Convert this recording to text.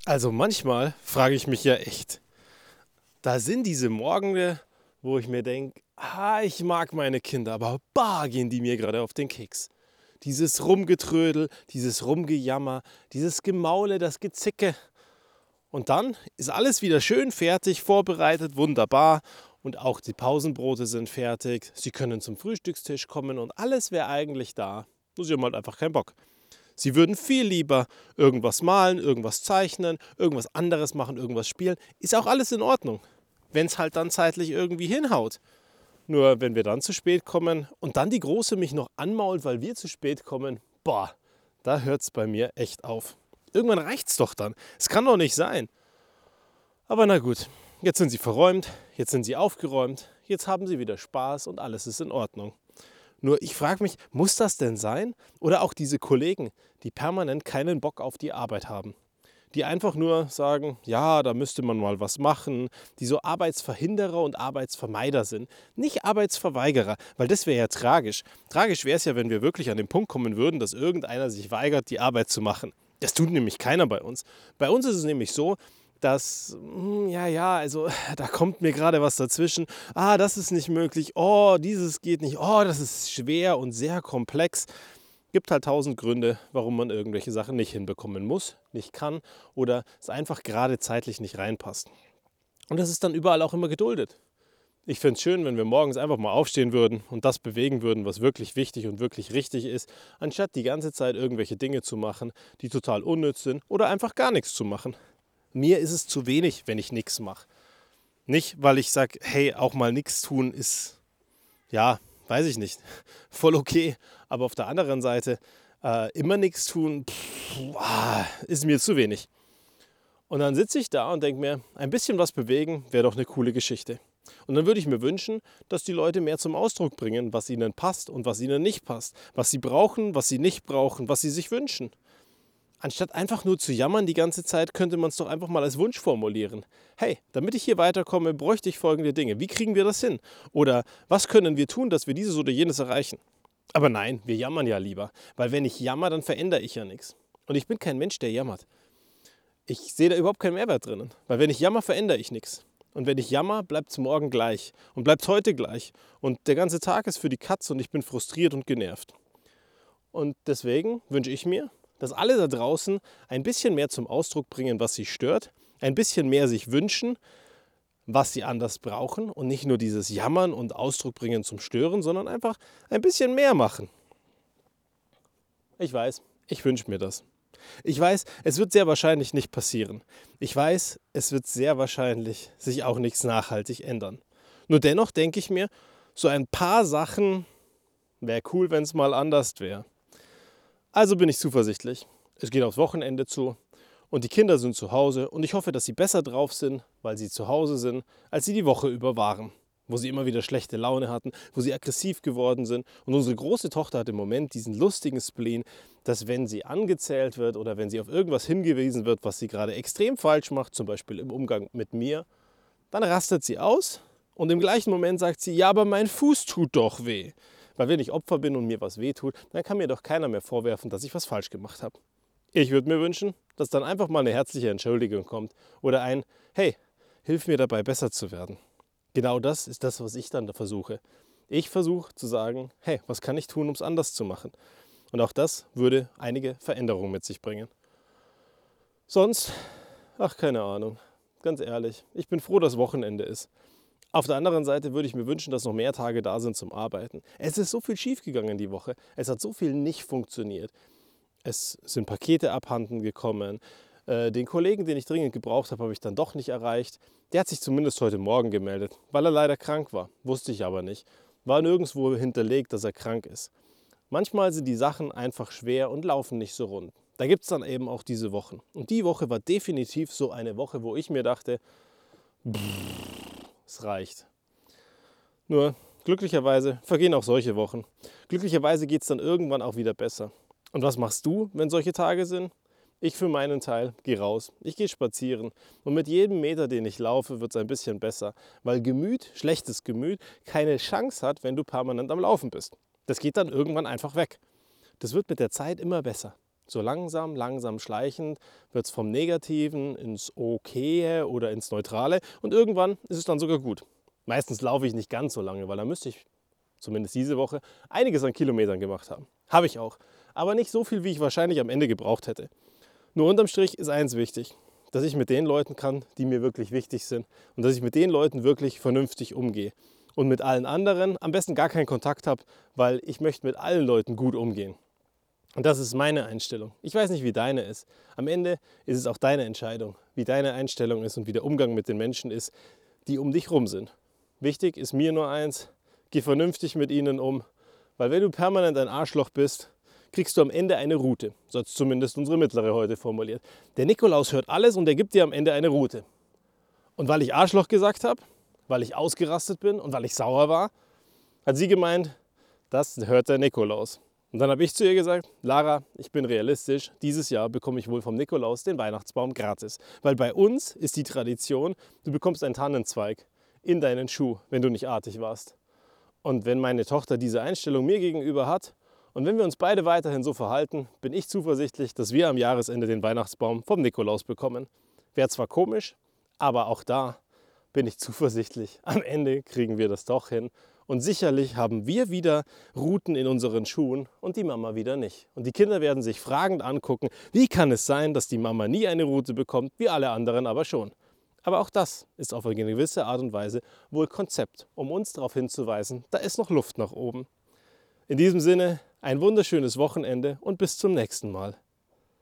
Also manchmal frage ich mich ja echt, da sind diese Morgende, wo ich mir denke, ich mag meine Kinder, aber gehen die mir gerade auf den Keks. Dieses Rumgetrödel, dieses Rumgejammer, dieses Gemaule, das Gezicke. Und dann ist alles wieder schön fertig, vorbereitet, wunderbar. Und auch die Pausenbrote sind fertig. Sie können zum Frühstückstisch kommen und alles wäre eigentlich da. Nur sie haben halt einfach keinen Bock. Sie würden viel lieber irgendwas malen, irgendwas zeichnen, irgendwas anderes machen, irgendwas spielen. Ist auch alles in Ordnung, wenn es halt dann zeitlich irgendwie hinhaut. Nur wenn wir dann zu spät kommen und dann die Große mich noch anmault, weil wir zu spät kommen, da hört es bei mir echt auf. Irgendwann reicht's doch dann. Es kann doch nicht sein. Aber na gut, jetzt sind sie verräumt, jetzt sind sie aufgeräumt, jetzt haben sie wieder Spaß und alles ist in Ordnung. Nur ich frage mich, muss das denn sein? Oder auch diese Kollegen, die permanent keinen Bock auf die Arbeit haben. Die einfach nur sagen, ja, da müsste man mal was machen. Die so Arbeitsverhinderer und Arbeitsvermeider sind. Nicht Arbeitsverweigerer, weil das wäre ja tragisch. Tragisch wäre es ja, wenn wir wirklich an den Punkt kommen würden, dass irgendeiner sich weigert, die Arbeit zu machen. Das tut nämlich keiner bei uns. Bei uns ist es nämlich so, dass, also da kommt mir gerade was dazwischen. Das ist nicht möglich. Oh, dieses geht nicht. Oh, das ist schwer und sehr komplex. Gibt halt 1000 Gründe, warum man irgendwelche Sachen nicht hinbekommen muss, nicht kann oder es einfach gerade zeitlich nicht reinpasst. Und das ist dann überall auch immer geduldet. Ich finde es schön, wenn wir morgens einfach mal aufstehen würden und das bewegen würden, was wirklich wichtig und wirklich richtig ist, anstatt die ganze Zeit irgendwelche Dinge zu machen, die total unnütz sind oder einfach gar nichts zu machen. Mir ist es zu wenig, wenn ich nichts mache. Nicht, weil ich sage, hey, auch mal nichts tun ist, ja, weiß ich nicht, voll okay. Aber auf der anderen Seite, immer nichts tun, ist mir zu wenig. Und dann sitze ich da und denke mir, ein bisschen was bewegen wäre doch eine coole Geschichte. Und dann würde ich mir wünschen, dass die Leute mehr zum Ausdruck bringen, was ihnen passt und was ihnen nicht passt. Was sie brauchen, was sie nicht brauchen, was sie sich wünschen. Anstatt einfach nur zu jammern die ganze Zeit, könnte man es doch einfach mal als Wunsch formulieren. Hey, damit ich hier weiterkomme, bräuchte ich folgende Dinge. Wie kriegen wir das hin? Oder was können wir tun, dass wir dieses oder jenes erreichen? Aber nein, wir jammern ja lieber. Weil wenn ich jammer, dann verändere ich ja nichts. Und ich bin kein Mensch, der jammert. Ich sehe da überhaupt keinen Mehrwert drinnen. Weil wenn ich jammer, verändere ich nichts. Und wenn ich jammer, bleibt es morgen gleich. Und bleibt heute gleich. Und der ganze Tag ist für die Katz und ich bin frustriert und genervt. Und deswegen wünsche ich mir, dass alle da draußen ein bisschen mehr zum Ausdruck bringen, was sie stört, ein bisschen mehr sich wünschen, was sie anders brauchen und nicht nur dieses Jammern und Ausdruck bringen zum Stören, sondern einfach ein bisschen mehr machen. Ich weiß, ich wünsche mir das. Ich weiß, es wird sehr wahrscheinlich nicht passieren. Ich weiß, es wird sehr wahrscheinlich sich auch nichts nachhaltig ändern. Nur dennoch denke ich mir, so ein paar Sachen wäre cool, wenn es mal anders wäre. Also bin ich zuversichtlich. Es geht aufs Wochenende zu und die Kinder sind zu Hause und ich hoffe, dass sie besser drauf sind, weil sie zu Hause sind, als sie die Woche über waren, wo sie immer wieder schlechte Laune hatten, wo sie aggressiv geworden sind. Und unsere große Tochter hat im Moment diesen lustigen Spleen, dass wenn sie angezählt wird oder wenn sie auf irgendwas hingewiesen wird, was sie gerade extrem falsch macht, zum Beispiel im Umgang mit mir, dann rastet sie aus und im gleichen Moment sagt sie, ja, aber mein Fuß tut doch weh. Weil wenn ich Opfer bin und mir was wehtut, dann kann mir doch keiner mehr vorwerfen, dass ich was falsch gemacht habe. Ich würde mir wünschen, dass dann einfach mal eine herzliche Entschuldigung kommt oder ein, hey, hilf mir dabei besser zu werden. Genau das ist das, was ich dann da versuche. Ich versuche zu sagen, hey, was kann ich tun, um es anders zu machen? Und auch das würde einige Veränderungen mit sich bringen. Sonst, keine Ahnung, ganz ehrlich, ich bin froh, dass Wochenende ist. Auf der anderen Seite würde ich mir wünschen, dass noch mehr Tage da sind zum Arbeiten. Es ist so viel schiefgegangen die Woche. Es hat so viel nicht funktioniert. Es sind Pakete abhanden gekommen. Den Kollegen, den ich dringend gebraucht habe, habe ich dann doch nicht erreicht. Der hat sich zumindest heute Morgen gemeldet, weil er leider krank war. Wusste ich aber nicht. War nirgendwo hinterlegt, dass er krank ist. Manchmal sind die Sachen einfach schwer und laufen nicht so rund. Da gibt es dann eben auch diese Wochen. Und die Woche war definitiv so eine Woche, wo ich mir dachte, es reicht. Nur glücklicherweise vergehen auch solche Wochen. Glücklicherweise geht es dann irgendwann auch wieder besser. Und was machst du, wenn solche Tage sind? Ich für meinen Teil gehe raus, ich gehe spazieren und mit jedem Meter, den ich laufe, wird es ein bisschen besser, weil Gemüt, schlechtes Gemüt, keine Chance hat, wenn du permanent am Laufen bist. Das geht dann irgendwann einfach weg. Das wird mit der Zeit immer besser. So langsam schleichend wird es vom Negativen ins Okaye oder ins Neutrale und irgendwann ist es dann sogar gut. Meistens laufe ich nicht ganz so lange, weil da müsste ich, zumindest diese Woche, einiges an Kilometern gemacht haben. Habe ich auch. Aber nicht so viel, wie ich wahrscheinlich am Ende gebraucht hätte. Nur unterm Strich ist eins wichtig, dass ich mit den Leuten kann, die mir wirklich wichtig sind und dass ich mit den Leuten wirklich vernünftig umgehe. Und mit allen anderen am besten gar keinen Kontakt habe, weil ich möchte mit allen Leuten gut umgehen. Und das ist meine Einstellung. Ich weiß nicht, wie deine ist. Am Ende ist es auch deine Entscheidung, wie deine Einstellung ist und wie der Umgang mit den Menschen ist, die um dich rum sind. Wichtig ist mir nur eins, geh vernünftig mit ihnen um, weil wenn du permanent ein Arschloch bist, kriegst du am Ende eine Route. So hat es zumindest unsere Mittlere heute formuliert. Der Nikolaus hört alles und er gibt dir am Ende eine Route. Und weil ich Arschloch gesagt habe, weil ich ausgerastet bin und weil ich sauer war, hat sie gemeint, das hört der Nikolaus. Und dann habe ich zu ihr gesagt, Lara, ich bin realistisch, dieses Jahr bekomme ich wohl vom Nikolaus den Weihnachtsbaum gratis. Weil bei uns ist die Tradition, du bekommst einen Tannenzweig in deinen Schuh, wenn du nicht artig warst. Und wenn meine Tochter diese Einstellung mir gegenüber hat und wenn wir uns beide weiterhin so verhalten, bin ich zuversichtlich, dass wir am Jahresende den Weihnachtsbaum vom Nikolaus bekommen. Wäre zwar komisch, aber auch da bin ich zuversichtlich, am Ende kriegen wir das doch hin. Und sicherlich haben wir wieder Routen in unseren Schuhen und die Mama wieder nicht. Und die Kinder werden sich fragend angucken, wie kann es sein, dass die Mama nie eine Route bekommt, wie alle anderen aber schon. Aber auch das ist auf eine gewisse Art und Weise wohl Konzept, um uns darauf hinzuweisen, da ist noch Luft nach oben. In diesem Sinne, ein wunderschönes Wochenende und bis zum nächsten Mal.